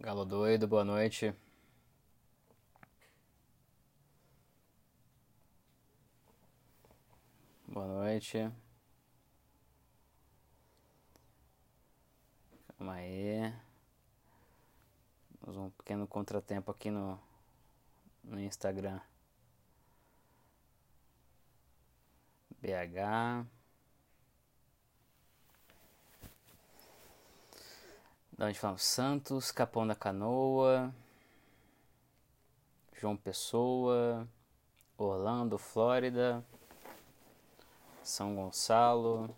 Galo doido, boa noite. Boa noite. Calma aí. Temos um pequeno contratempo aqui no Instagram. BH. Da onde falamos? Santos, Capão da Canoa, João Pessoa, Orlando, Flórida, São Gonçalo.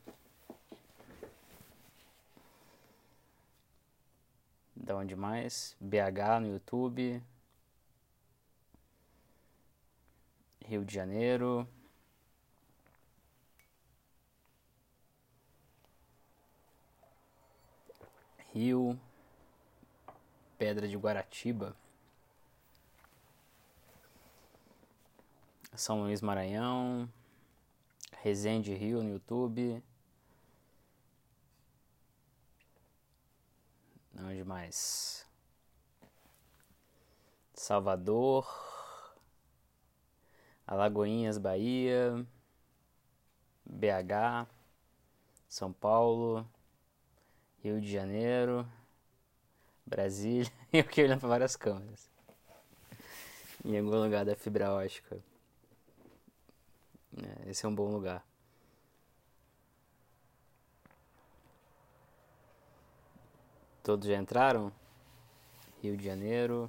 Da onde mais? BH no YouTube. Rio de Janeiro. Rio. Pedra de Guaratiba. São Luís Maranhão. Resende Rio no YouTube. Onde mais? Salvador. Alagoinhas, Bahia. BH. São Paulo. Rio de Janeiro. Brasília. E eu fiquei olhando para várias câmeras. Em algum lugar da fibra ótica. Esse é um bom lugar. Todos já entraram? Rio de Janeiro.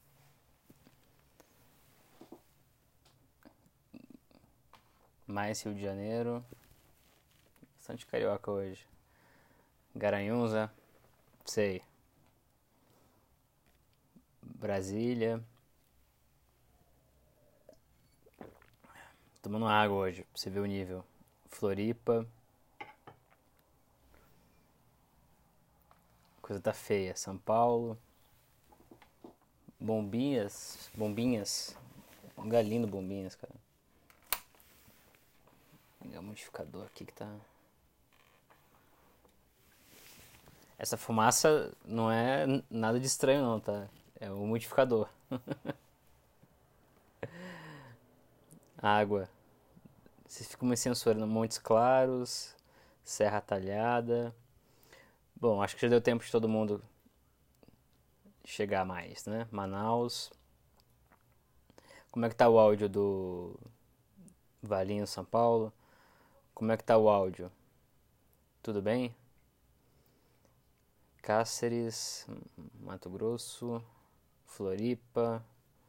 Mais Rio de Janeiro. Bastante carioca hoje. Garanhuns, sei. Brasília. Tomando água hoje, pra você ver o nível. Floripa. Coisa tá feia. São Paulo. Bombinhas. Um lugar lindo, Bombinhas, cara. Vou ligar o modificador aqui que tá... Essa fumaça não é nada de estranho não, tá? É o modificador. Água. Vocês ficam me censurando. Montes Claros. Serra Talhada. Bom, acho que já deu tempo de todo mundo chegar mais, né? Manaus. Como é que tá o áudio do Valinho, São Paulo? Como é que tá o áudio? Tudo bem? Cáceres, Mato Grosso, Floripa.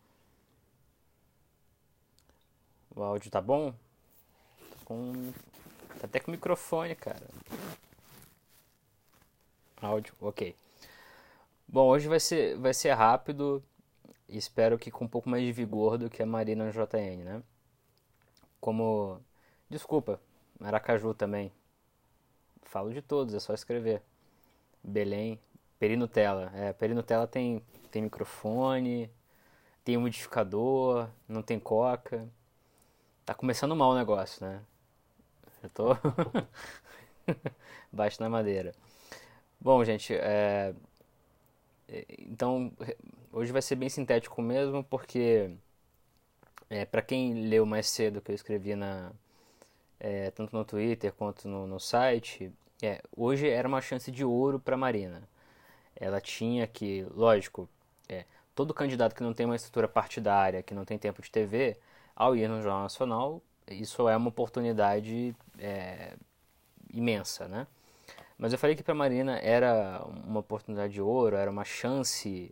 O áudio tá bom? Tá até com microfone, cara. Áudio, ok. Bom, hoje vai ser rápido. Espero que com um pouco mais de vigor do que a Marina JN, né? Como... Desculpa, Aracaju também. Falo de todos, é só escrever. Belém, Perinutella. Perinutella tem microfone, tem umidificador, não tem coca. Tá começando mal o negócio, né? Eu tô baixo na madeira. Bom, gente, então hoje vai ser bem sintético mesmo, porque para quem leu mais cedo que eu escrevi tanto no Twitter quanto no site, hoje era uma chance de ouro para Marina. Ela tinha que, lógico, todo candidato que não tem uma estrutura partidária, que não tem tempo de TV, ao ir no Jornal Nacional, isso é uma oportunidade imensa, né? Mas eu falei que para a Marina era uma oportunidade de ouro, era uma chance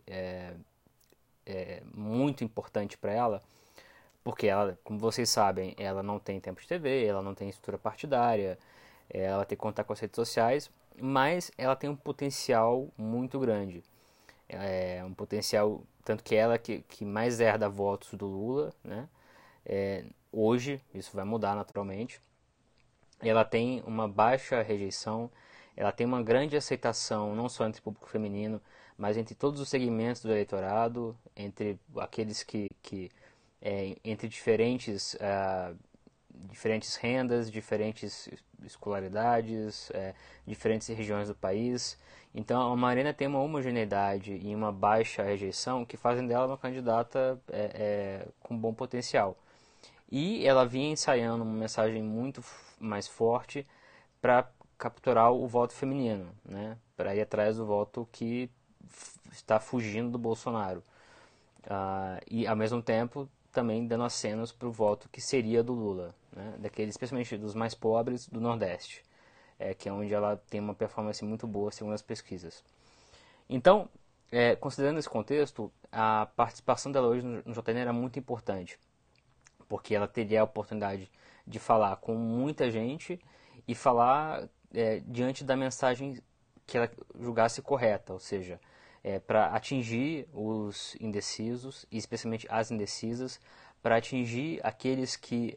muito importante para ela, porque ela, como vocês sabem, ela não tem tempo de TV, ela não tem estrutura partidária, ela tem que contar com as redes sociais, mas ela tem um potencial muito grande. Um potencial, tanto que ela que mais herda votos do Lula, né? Hoje, isso vai mudar naturalmente. Ela tem uma baixa rejeição, ela tem uma grande aceitação, não só entre o público feminino, mas entre todos os segmentos do eleitorado, entre aqueles entre diferentes diferentes rendas, diferentes escolaridades, diferentes regiões do país. Então a Marina tem uma homogeneidade e uma baixa rejeição que fazem dela uma candidata com bom potencial. E ela vinha ensaiando uma mensagem muito mais forte para capturar o voto feminino, né? Para ir atrás do voto que está fugindo do Bolsonaro. E ao mesmo tempo também dando acenos para o voto que seria do Lula, né? Daqueles, especialmente dos mais pobres do Nordeste, que é onde ela tem uma performance muito boa segundo as pesquisas. Então, considerando esse contexto, a participação dela hoje no JN era muito importante, porque ela teria a oportunidade de falar com muita gente e falar diante da mensagem que ela julgasse correta, ou seja, para atingir os indecisos, e especialmente as indecisas, para atingir aqueles que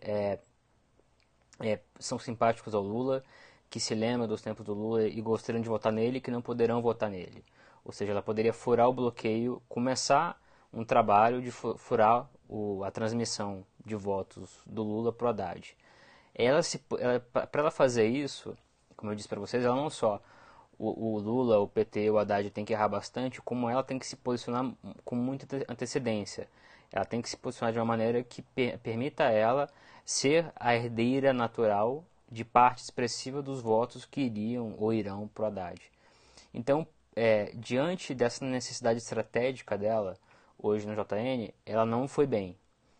são simpáticos ao Lula, que se lembram dos tempos do Lula e gostariam de votar nele e que não poderão votar nele. Ou seja, ela poderia furar o bloqueio, começar um trabalho de furar a transmissão de votos do Lula para o Haddad. Para ela fazer isso, como eu disse para vocês, ela não só o Lula, o PT, o Haddad tem que errar bastante, como ela tem que se posicionar com muita antecedência. Ela tem que se posicionar de uma maneira que permita a ela ser a herdeira natural de parte expressiva dos votos que iriam ou irão para o Haddad. Então, diante dessa necessidade estratégica dela, hoje no JN, ela não foi bem.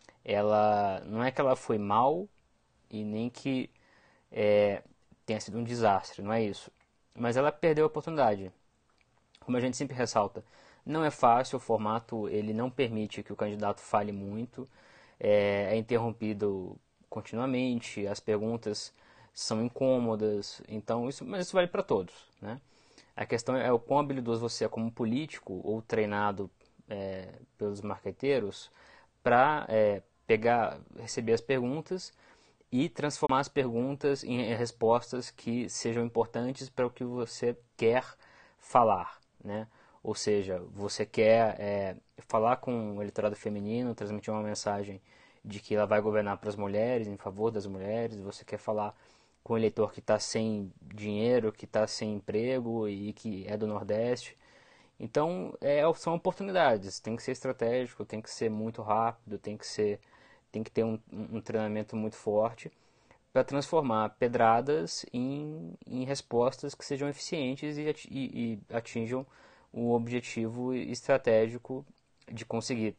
Não é que ela foi mal e nem que tenha sido um desastre, não é isso. Mas ela perdeu a oportunidade. Como a gente sempre ressalta, não é fácil, o formato ele não permite que o candidato fale muito, é interrompido continuamente, as perguntas são incômodas, então mas isso vale para todos, né? A questão é o quão habilidoso você é como político ou treinado pelos marqueteiros para receber as perguntas e transformar as perguntas em respostas que sejam importantes para o que você quer falar, né? Ou seja, você quer falar com o eleitorado feminino, transmitir uma mensagem de que ela vai governar para as mulheres, em favor das mulheres, você quer falar com o eleitor que está sem dinheiro, que está sem emprego e que é do Nordeste. Então, são oportunidades, tem que ser estratégico, tem que ser muito rápido, tem que ter um treinamento muito forte para transformar pedradas em respostas que sejam eficientes e atinjam o objetivo estratégico de conseguir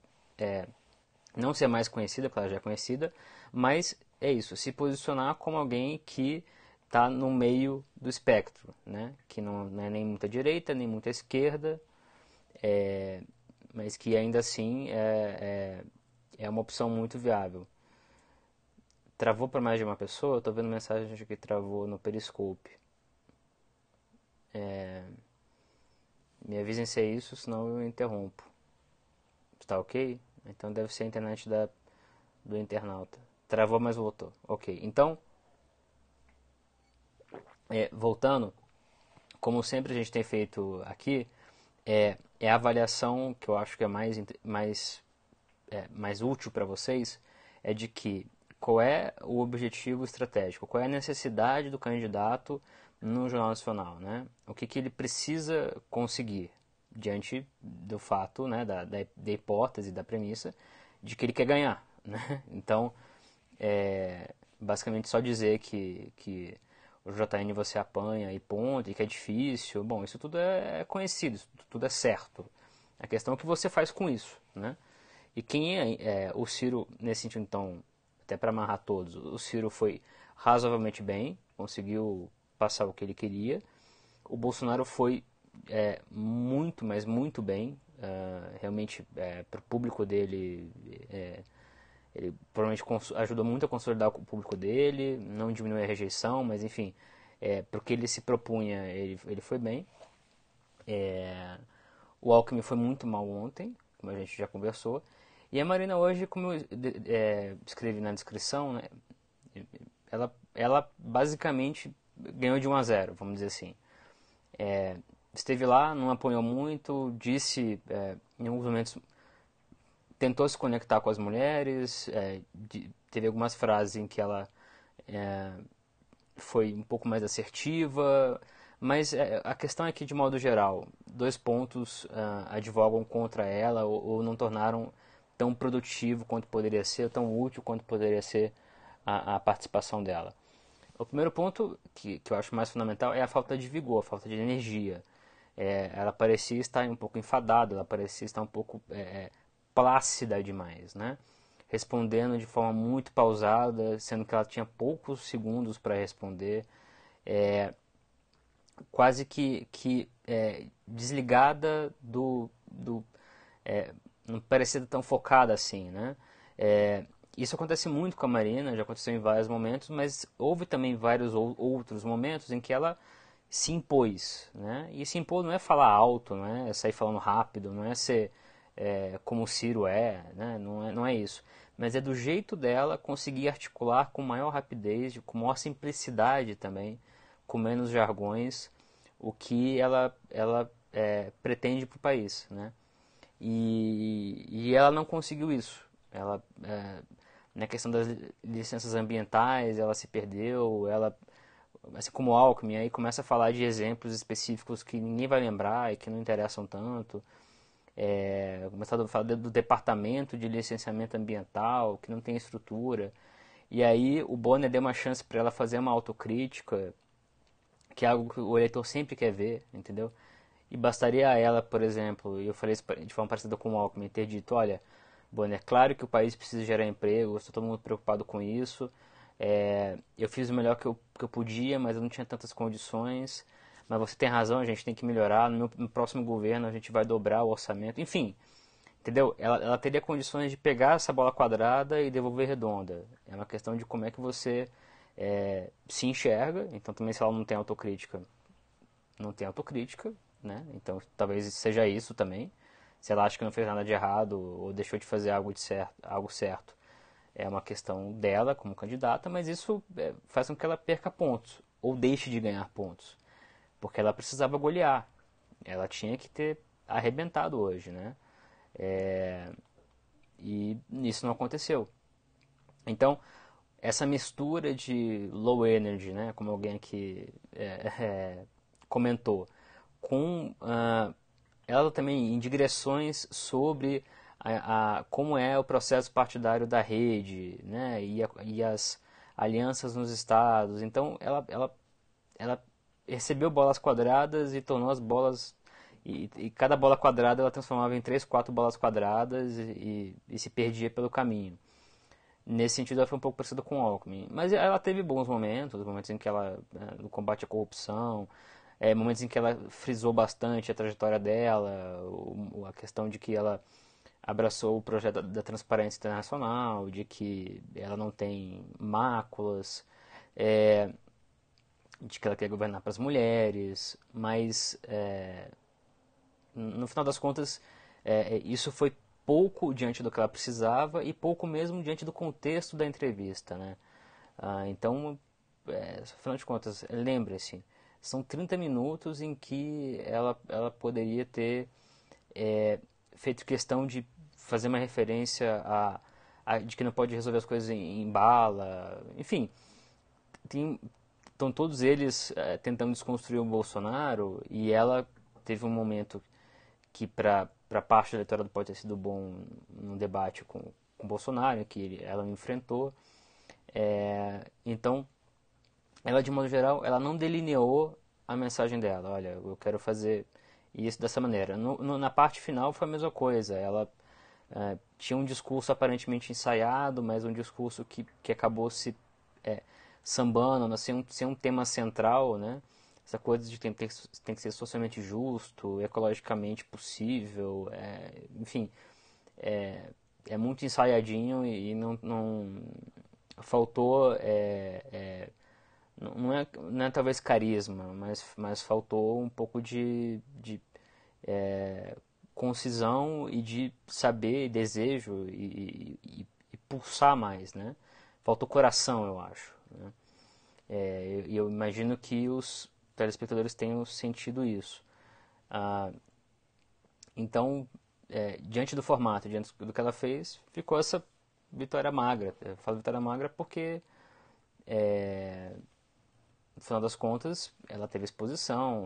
não ser mais conhecida, porque ela já é conhecida, mas é isso, se posicionar como alguém que está no meio do espectro, né? Que não é nem muita direita, nem muita esquerda, mas que ainda assim é uma opção muito viável. Travou para mais de uma pessoa? Estou vendo mensagem de que travou no Periscope. Me avisem se é isso, senão eu interrompo. Está ok? Então deve ser a internet do internauta. Travou, mas voltou. Ok, então, voltando, como sempre a gente tem feito aqui, a avaliação que eu acho que é mais útil para vocês, é de que qual é o objetivo estratégico, qual é a necessidade do candidato no Jornal Nacional, né? O que ele precisa conseguir diante do fato, né, da hipótese, da premissa de que ele quer ganhar, né? Então, basicamente só dizer que o JN você apanha e ponto, e que é difícil, bom, isso tudo é conhecido, isso tudo é certo. A questão é o que você faz com isso, né? E quem o Ciro, nesse sentido, então, até para amarrar todos, o Ciro foi razoavelmente bem, conseguiu passar o que ele queria. O Bolsonaro foi muito, mas muito bem. Realmente, para o público dele, ele provavelmente ajudou muito a consolidar o público dele, não diminuiu a rejeição, mas enfim, para o que ele se propunha, ele foi bem. O Alckmin foi muito mal ontem, como a gente já conversou. E a Marina hoje, como eu escrevi na descrição, né, ela basicamente ganhou de 1-0, vamos dizer assim. Esteve lá, não apoiou muito, disse em alguns momentos, tentou se conectar com as mulheres, teve algumas frases em que ela foi um pouco mais assertiva, mas a questão é que, de modo geral, dois pontos advogam contra ela ou não tornaram tão produtivo quanto poderia ser, tão útil quanto poderia ser a participação dela. O primeiro ponto, que eu acho mais fundamental, é a falta de vigor, a falta de energia. Ela parecia estar um pouco enfadada, ela parecia estar um pouco plácida demais, né? Respondendo de forma muito pausada, sendo que ela tinha poucos segundos para responder, quase que desligada não parecia tão focada assim, né? Isso acontece muito com a Marina, já aconteceu em vários momentos, mas houve também vários outros momentos em que ela se impôs, né? E se impor não é falar alto, não é sair falando rápido, não é ser como o Ciro né? Não é isso. Mas é do jeito dela conseguir articular com maior rapidez, com maior simplicidade também, com menos jargões, o que ela pretende para o país, né? E ela não conseguiu isso. Ela, na questão das licenças ambientais, ela se perdeu, ela, assim como o Alckmin, aí começa a falar de exemplos específicos que ninguém vai lembrar e que não interessam tanto. Começar a falar do departamento de licenciamento ambiental, que não tem estrutura. E aí o Bonner deu uma chance para ela fazer uma autocrítica, que é algo que o eleitor sempre quer ver, entendeu? E bastaria a ela, por exemplo, e eu falei isso de forma parecida com o Alckmin, ter dito, olha, Bonner, é claro que o país precisa gerar emprego, estou todo mundo preocupado com isso, eu fiz o melhor que eu podia, mas eu não tinha tantas condições, mas você tem razão, a gente tem que melhorar, no próximo governo a gente vai dobrar o orçamento, enfim, entendeu? Ela teria condições de pegar essa bola quadrada e devolver redonda. É uma questão de como é que você se enxerga, então também se ela não tem autocrítica, não tem autocrítica, né? Então talvez seja isso também. Se ela acha que não fez nada de errado ou deixou de fazer algo certo, é uma questão dela como candidata, mas isso faz com que ela perca pontos ou deixe de ganhar pontos, porque ela precisava golear. Ela tinha que ter arrebentado hoje, né? E isso não aconteceu. Então, essa mistura de low energy, né, como alguém aqui comentou, com ela também em digressões sobre como é o processo partidário da rede, né, e as alianças nos estados. Então, ela recebeu bolas quadradas e tornou as bolas e cada bola quadrada ela transformava em três, quatro bolas quadradas e se perdia pelo caminho. Nesse sentido, ela foi um pouco parecida com o Alckmin. Mas ela teve bons momentos, momentos em que ela, no combate à corrupção, momentos em que ela frisou bastante a trajetória dela, a questão de que ela abraçou o projeto da transparência internacional, de que ela não tem máculas, de que ela quer governar para as mulheres, mas no final das contas, isso foi pouco diante do que ela precisava e pouco mesmo diante do contexto da entrevista, né? Então, afinal de contas, lembre-se, são 30 minutos em que ela poderia ter feito questão de fazer uma referência de que não pode resolver as coisas em bala, enfim, estão todos eles tentando desconstruir o Bolsonaro e ela teve um momento que para parte do eleitorado pode ter sido bom no debate com o Bolsonaro, que ela enfrentou. Então, ela de modo geral, ela não delineou a mensagem dela. Olha, eu quero fazer isso dessa maneira. Na parte final foi a mesma coisa. Ela tinha um discurso aparentemente ensaiado, mas um discurso que acabou se sambando, né, sem um tema central, né? Essa coisa de tem que ser socialmente justo, ecologicamente possível, enfim, é muito ensaiadinho e não faltou, não é talvez carisma, mas faltou um pouco de concisão e de saber, desejo e pulsar mais, né? Faltou coração, eu acho, né? E eu imagino que os telespectadores tenham sentido isso. Então, diante do formato, diante do que ela fez, ficou essa vitória magra. Eu falo vitória magra porque É, no final das contas, ela teve exposição,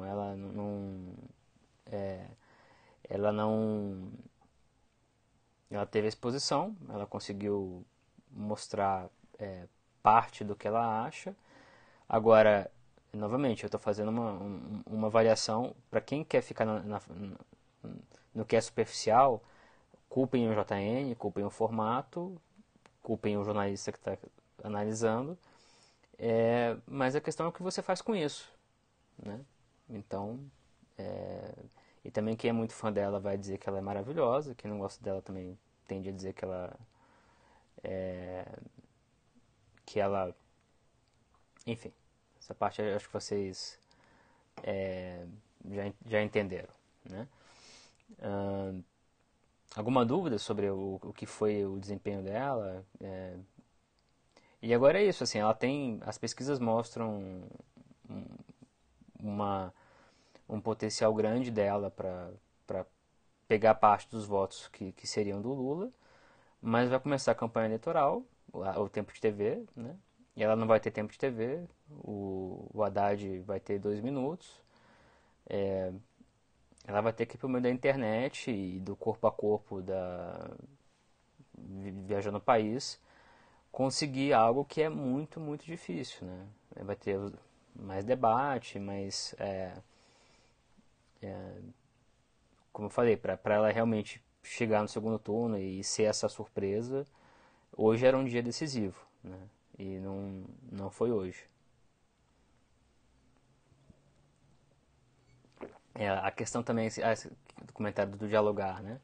ela não, ela teve exposição, ela conseguiu mostrar parte do que ela acha. Agora, novamente, eu estou fazendo uma avaliação para quem quer ficar no que é superficial, culpem o JN, culpem o formato, culpem o jornalista que está analisando, mas a questão é o que você faz com isso, né? Então, é, e também quem é muito fã dela vai dizer que ela é maravilhosa, quem não gosta dela também tende a dizer que ela, enfim, essa parte eu acho que vocês já entenderam, né? Uh, alguma dúvida sobre o que foi o desempenho dela? E agora é isso, assim, ela tem, as pesquisas mostram uma, um potencial grande dela para pegar parte dos votos que seriam do Lula, mas vai começar a campanha eleitoral, o tempo de TV, né? E ela não vai ter tempo de TV, o Haddad vai ter 2 minutos, ela vai ter que ir por meio da internet e do corpo a corpo viajando o país conseguir algo que é muito, muito difícil, né? Vai ter mais debate, mais, como eu falei, para ela realmente chegar no segundo turno e ser essa surpresa, hoje era um dia decisivo, né? E não foi hoje. A questão também, esse do comentário do dialogar, né?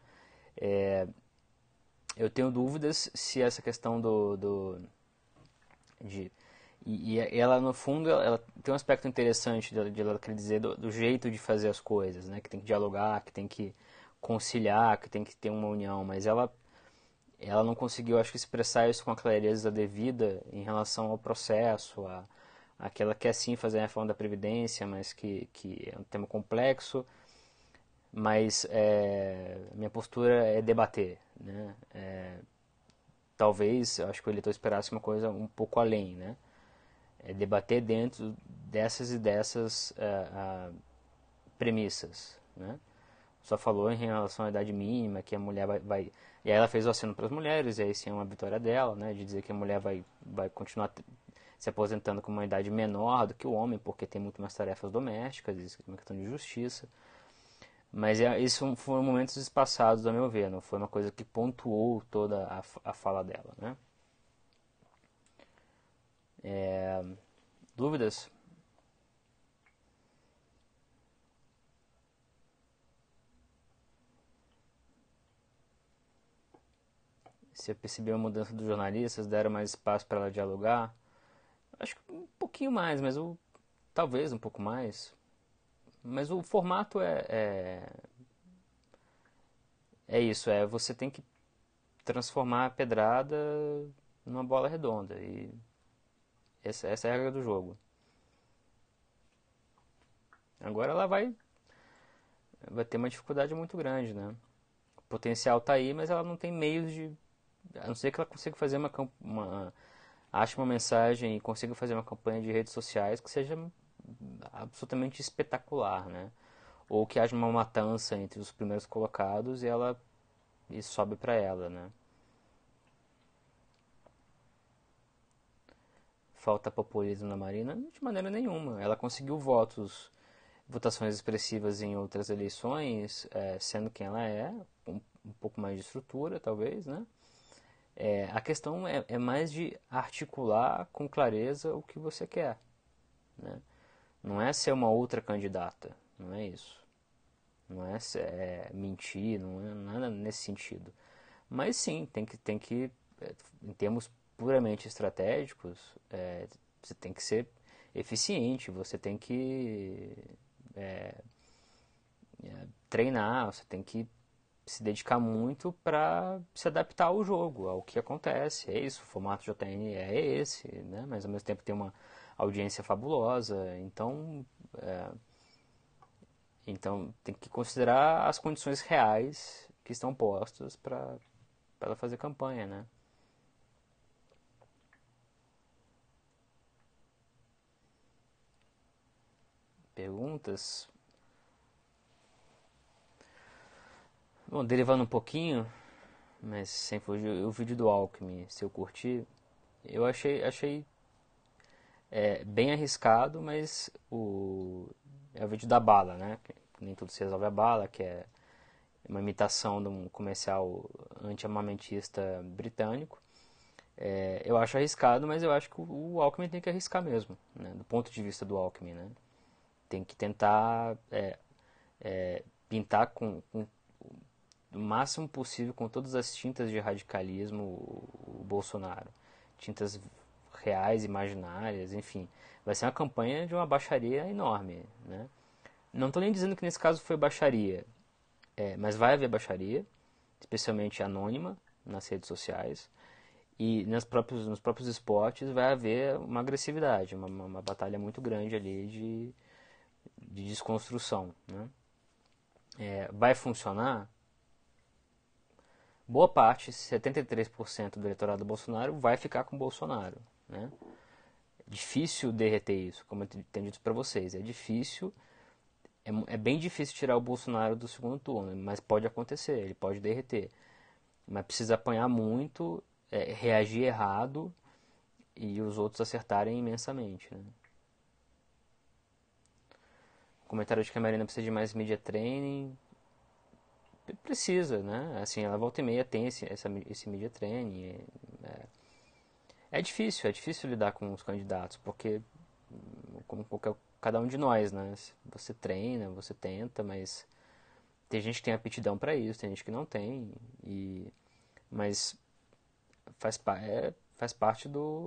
Eu tenho dúvidas se essa questão de e ela no fundo ela tem um aspecto interessante de ela querer dizer do jeito de fazer as coisas, né? Que tem que dialogar, que tem que conciliar, que tem que ter uma união, mas ela não conseguiu, acho que, expressar isso com a clareza devida em relação ao processo, a que ela quer sim fazer a reforma da Previdência, mas que é um tema complexo, mas minha postura é debater, né? Talvez, eu acho que o eleitor esperasse uma coisa um pouco além, né? É debater dentro dessas e dessas premissas, né? Só falou em relação à idade mínima, que a mulher vai. E aí ela fez o aceno para as mulheres, e aí sim é uma vitória dela, né? De dizer que a mulher vai continuar se aposentando com uma idade menor do que o homem, porque tem muito mais tarefas domésticas, isso é uma questão de justiça. Mas isso foram momentos espaçados, a meu ver, não foi uma coisa que pontuou toda a fala dela, né? Dúvidas? Se eu percebi uma mudança dos jornalistas, deram mais espaço para ela dialogar? Acho que um pouquinho mais, mas talvez um pouco mais. Mas o formato é isso, você tem que transformar a pedrada numa bola redonda. E essa é a regra do jogo. Agora ela vai ter uma dificuldade muito grande, né? O potencial está aí, mas ela não tem meios de. A não ser que ela consiga fazer ache uma mensagem e consiga fazer uma campanha de redes sociais que seja absolutamente espetacular, né? Ou que haja uma matança entre os primeiros colocados e sobe para ela, né? Falta populismo na Marina? De maneira nenhuma. Ela conseguiu votações expressivas em outras eleições, sendo quem ela é, um pouco mais de estrutura, talvez, né? A questão é mais de articular com clareza o que você quer, né? Não é ser uma outra candidata, não é isso. Não mentir, não é nada nesse sentido. Mas sim, tem que em termos puramente estratégicos, você tem que ser eficiente, você tem que treinar, você tem que se dedicar muito para se adaptar ao jogo, ao que acontece. É isso, o formato JN é esse, né? Mas ao mesmo tempo tem uma audiência fabulosa, então tem que considerar as condições reais que estão postas para ela fazer campanha, né? perguntas. Bom, derivando um pouquinho, mas sem fugir, o vídeo do Alckmin, se eu curti, eu achei bem arriscado, mas é o vídeo da bala, né? Nem tudo se resolve a bala, que é uma imitação de um comercial anti-armamentista britânico. Eu acho arriscado, mas eu acho que o Alckmin tem que arriscar mesmo, né? Do ponto de vista do Alckmin, né? Tem que tentar pintar com o máximo possível com todas as tintas de radicalismo o Bolsonaro. Tintas reais, imaginárias, enfim. Vai ser uma campanha de uma baixaria enorme, né? Não estou nem dizendo que nesse caso foi baixaria, mas vai haver baixaria, especialmente anônima, nas redes sociais. E nos próprios esportes vai haver uma agressividade, uma batalha muito grande ali de desconstrução, né? Vai funcionar? Boa parte, 73% do eleitorado do Bolsonaro vai ficar com o Bolsonaro, né? Difícil derreter isso, como eu tenho dito para vocês. É difícil, é bem difícil tirar o Bolsonaro do segundo turno, mas pode acontecer, ele pode derreter. Mas precisa apanhar muito, reagir errado e os outros acertarem imensamente, né? O comentário de que a Marina precisa de mais media training. Precisa, né? Assim, ela volta e meia tem esse media training. É difícil lidar com os candidatos, porque como cada um de nós, né? Você treina, você tenta, mas tem gente que tem aptidão para isso, tem gente que não tem, mas faz parte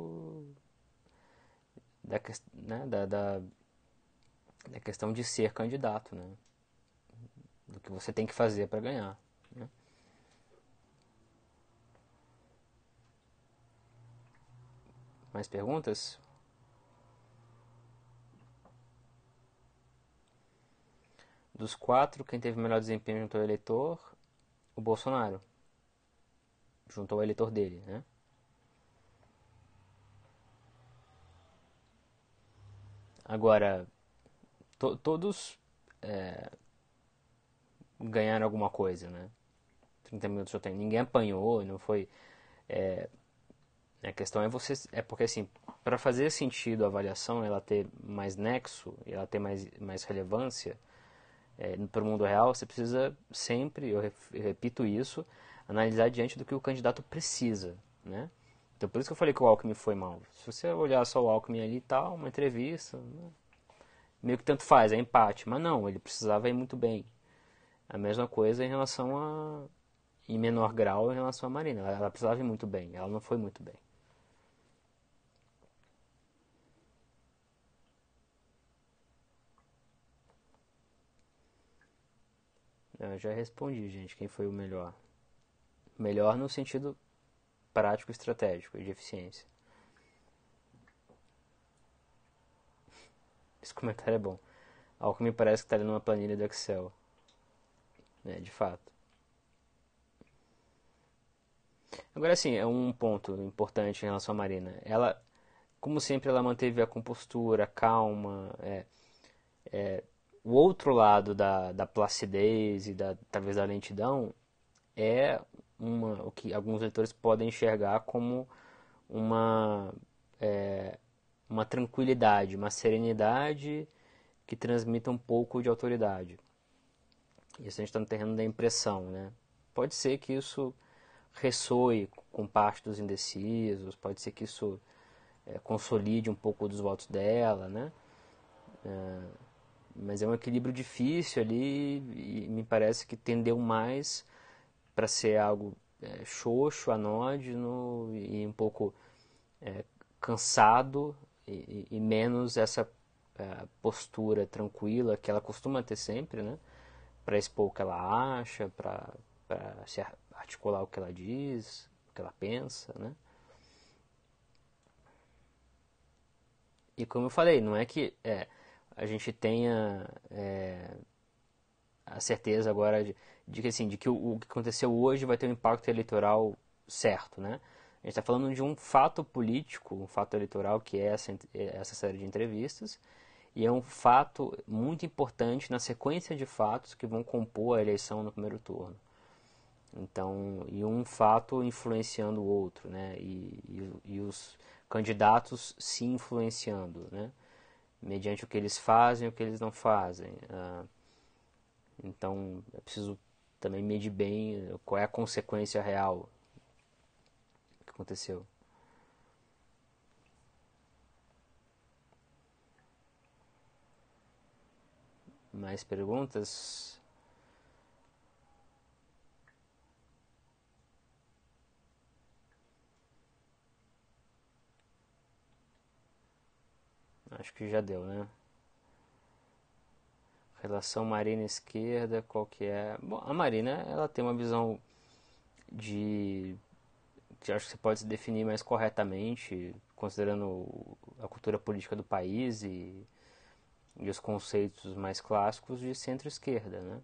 né, da questão de ser candidato, né? Do que você tem que fazer para ganhar, né? Mais perguntas? Dos quatro, quem teve o melhor desempenho junto ao eleitor? O Bolsonaro. Junto ao eleitor dele, né? Agora, todos ganharam alguma coisa, né? 30 minutos eu tenho. Ninguém apanhou, não foi. A questão é porque assim, para fazer sentido a avaliação, ela ter mais nexo, ela ter mais relevância para o mundo real, você precisa sempre, eu repito isso, analisar diante do que o candidato precisa, né? Então por isso que eu falei que o Alckmin foi mal. Se você olhar só o Alckmin ali e tal, uma entrevista, né? Meio que tanto faz, é empate. Mas não, ele precisava ir muito bem. A mesma coisa em relação em menor grau em relação à Marina. Ela precisava ir muito bem, ela não foi muito bem. Eu já respondi, gente, quem foi o melhor. Melhor no sentido prático, estratégico e de eficiência. Esse comentário é bom. Algo que me parece que está ali numa planilha do Excel. De fato. Agora sim, é um ponto importante em relação à Marina. Ela, como sempre, ela manteve a compostura, calma. O outro lado da placidez e talvez da lentidão é o que alguns leitores podem enxergar como uma, uma tranquilidade, uma serenidade que transmita um pouco de autoridade. Isso a gente está no terreno da impressão, né? Pode ser que isso ressoe com parte dos indecisos, pode ser que isso consolide um pouco dos votos dela, né? Mas é um equilíbrio difícil ali e me parece que tendeu mais para ser algo xoxo, anódino e um pouco cansado e menos essa postura tranquila que ela costuma ter sempre, né? Para expor o que ela acha, para se articular o que ela diz, o que ela pensa, né? E como eu falei, não é que a gente tenha a certeza agora de que o que aconteceu hoje vai ter um impacto eleitoral certo, né? A gente está falando de um fato político, um fato eleitoral que é essa série de entrevistas, e é um fato muito importante na sequência de fatos que vão compor a eleição no primeiro turno. Então, e um fato influenciando o outro, né? E os candidatos se influenciando, né? Mediante o que eles fazem e o que eles não fazem. Então, é preciso também medir bem qual é a consequência real que aconteceu. Mais perguntas? Acho que já deu, né? Relação Marina-esquerda, qual que é? Bom, a Marina, ela tem uma visão de que eu acho que você pode se definir mais corretamente, considerando a cultura política do país e os conceitos mais clássicos de centro-esquerda, né?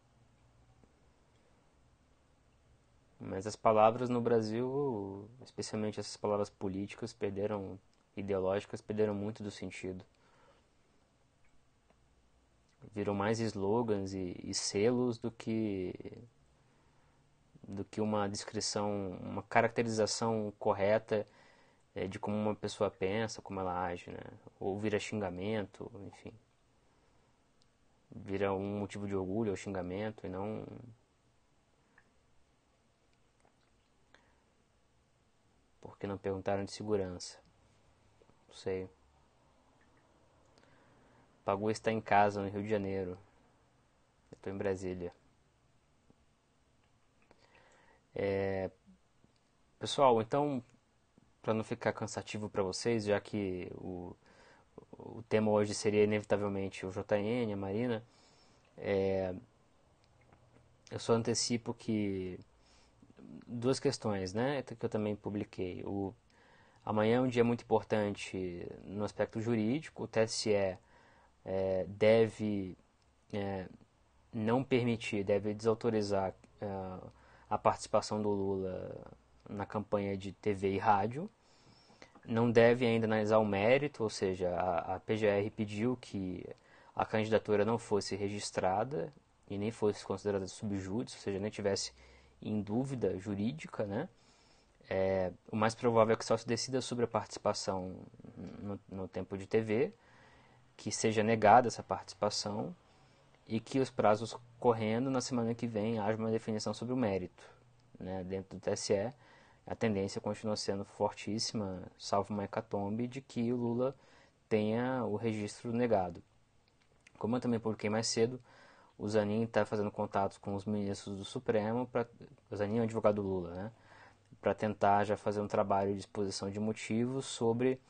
Mas as palavras no Brasil, especialmente essas palavras políticas, ideológicas, perderam muito do sentido. Viram mais slogans e selos do que uma descrição, uma caracterização correta de como uma pessoa pensa, como ela age, né? Ou vira xingamento, enfim. Vira um motivo de orgulho ou xingamento e não. Porque não perguntaram de segurança. Não sei. Pagu está em casa no Rio de Janeiro. Eu estou em Brasília. Pessoal, então, para não ficar cansativo para vocês, já que o tema hoje seria inevitavelmente o JN, a Marina, eu só antecipo que duas questões, né, que eu também publiquei. Amanhã é um dia muito importante no aspecto jurídico. O TSE deve não permitir, deve desautorizar a participação do Lula na campanha de TV e rádio. Não deve ainda analisar o mérito, ou seja, a PGR pediu que a candidatura não fosse registrada e nem fosse considerada subjúdice, ou seja, nem tivesse em dúvida jurídica, né? O mais provável é que só se decida sobre a participação no tempo de TV, que seja negada essa participação e que os prazos correndo na semana que vem haja uma definição sobre o mérito, né? Dentro do TSE, a tendência continua sendo fortíssima, salvo uma hecatombe, de que o Lula tenha o registro negado. Como eu também publiquei mais cedo, o Zanin está fazendo contatos com os ministros do Supremo, o Zanin é o advogado do Lula, né? Para tentar já fazer um trabalho de exposição de motivos sobre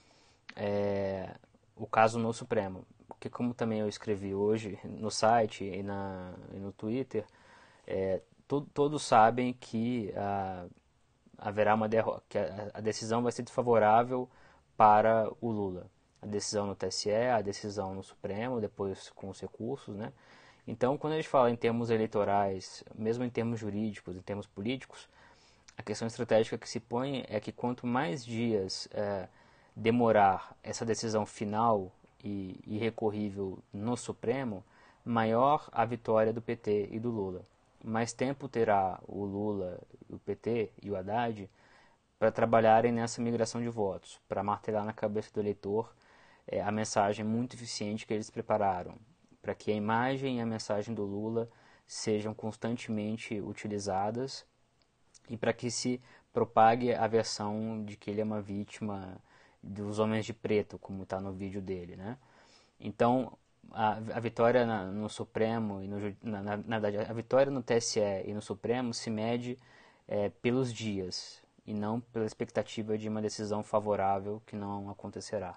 o caso no Supremo. Porque como também eu escrevi hoje no site e no Twitter, todos sabem que haverá uma derrota, que a decisão vai ser desfavorável para o Lula. A decisão no TSE, a decisão no Supremo, depois com os recursos, né? Então, quando a gente fala em termos eleitorais, mesmo em termos jurídicos, em termos políticos, a questão estratégica que se põe é que quanto mais dias demorar essa decisão final e irrecorrível no Supremo, maior a vitória do PT e do Lula. Mais tempo terá o Lula, o PT e o Haddad para trabalharem nessa migração de votos, para martelar na cabeça do eleitor a mensagem muito eficiente que eles prepararam, para que a imagem e a mensagem do Lula sejam constantemente utilizadas e para que se propague a versão de que ele é uma vítima dos homens de preto, como está no vídeo dele, né? Então, a vitória no Supremo e na verdade, a vitória no TSE e no Supremo se mede pelos dias e não pela expectativa de uma decisão favorável que não acontecerá.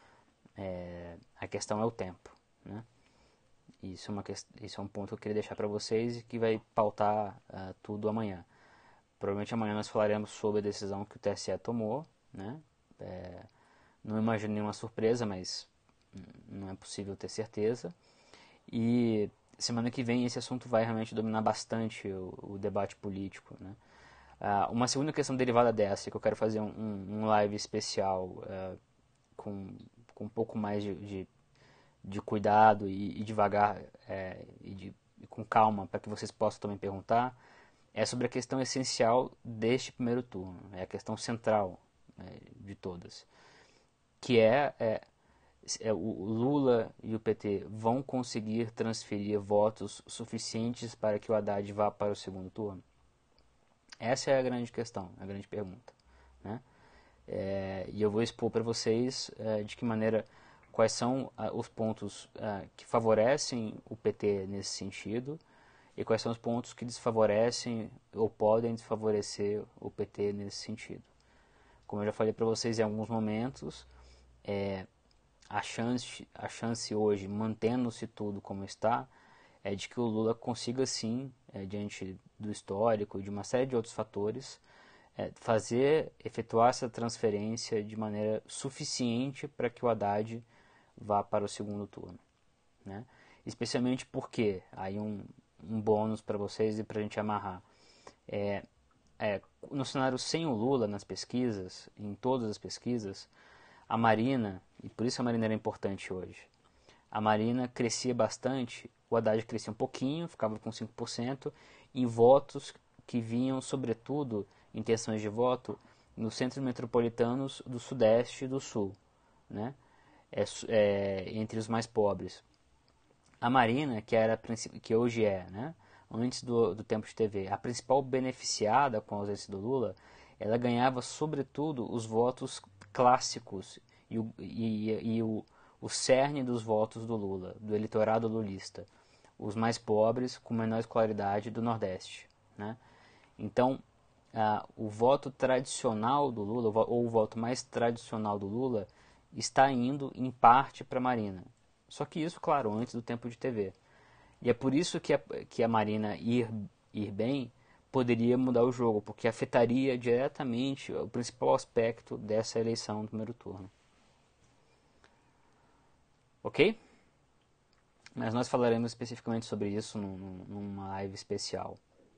A questão é o tempo, né? Isso é um ponto que eu queria deixar para vocês e que vai pautar tudo amanhã. Provavelmente amanhã nós falaremos sobre a decisão que o TSE tomou, né? Não imagino nenhuma surpresa, mas não é possível ter certeza. E semana que vem esse assunto vai realmente dominar bastante o debate político, né? Uma segunda questão derivada dessa, que eu quero fazer um live especial com um pouco mais de cuidado e devagar e com calma para que vocês possam também perguntar, é sobre a questão essencial deste primeiro turno, é a questão central de todas, que o Lula e o PT vão conseguir transferir votos suficientes para que o Haddad vá para o segundo turno? Essa é a grande questão, a grande pergunta, né? E eu vou expor para vocês de que maneira, quais são os pontos que favorecem o PT nesse sentido e quais são os pontos que desfavorecem ou podem desfavorecer o PT nesse sentido. Como eu já falei para vocês em alguns momentos, a chance hoje, mantendo-se tudo como está, é de que o Lula consiga sim, diante do histórico e de uma série de outros fatores, efetuar essa transferência de maneira suficiente para que o Haddad vá para o segundo turno, né? Especialmente porque, aí um bônus para vocês e para a gente amarrar, no cenário sem o Lula nas pesquisas, em todas as pesquisas, a Marina, e por isso a Marina era importante hoje, a Marina crescia bastante, o Haddad crescia um pouquinho, ficava com 5%, em votos que vinham, sobretudo, intenções de voto, nos centros metropolitanos do Sudeste e do Sul, né? Entre os mais pobres. A Marina, que hoje né? Antes do tempo de TV, a principal beneficiada com a ausência do Lula, ela ganhava, sobretudo, os votos clássicos e o cerne dos votos do Lula, do eleitorado lulista, os mais pobres, com menor escolaridade do Nordeste, né? Então, o voto tradicional do Lula, ou o voto mais tradicional do Lula, está indo em parte para a Marina. Só que isso, claro, antes do tempo de TV. E é por isso que a Marina ir bem poderia mudar o jogo, porque afetaria diretamente o principal aspecto dessa eleição do primeiro turno. Ok? Mas nós falaremos especificamente sobre isso numa live especial.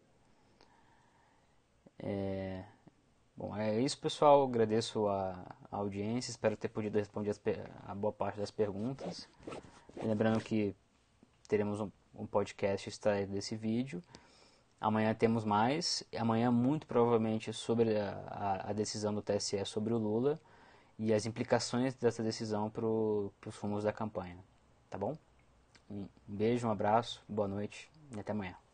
Bom, é isso, pessoal. Agradeço a audiência. Espero ter podido responder a boa parte das perguntas. Lembrando que teremos um podcast extraído desse vídeo. Amanhã temos mais. Amanhã, muito provavelmente, sobre a decisão do TSE sobre o Lula e as implicações dessa decisão para os rumos da campanha. Tá bom? Um beijo, um abraço, boa noite e até amanhã.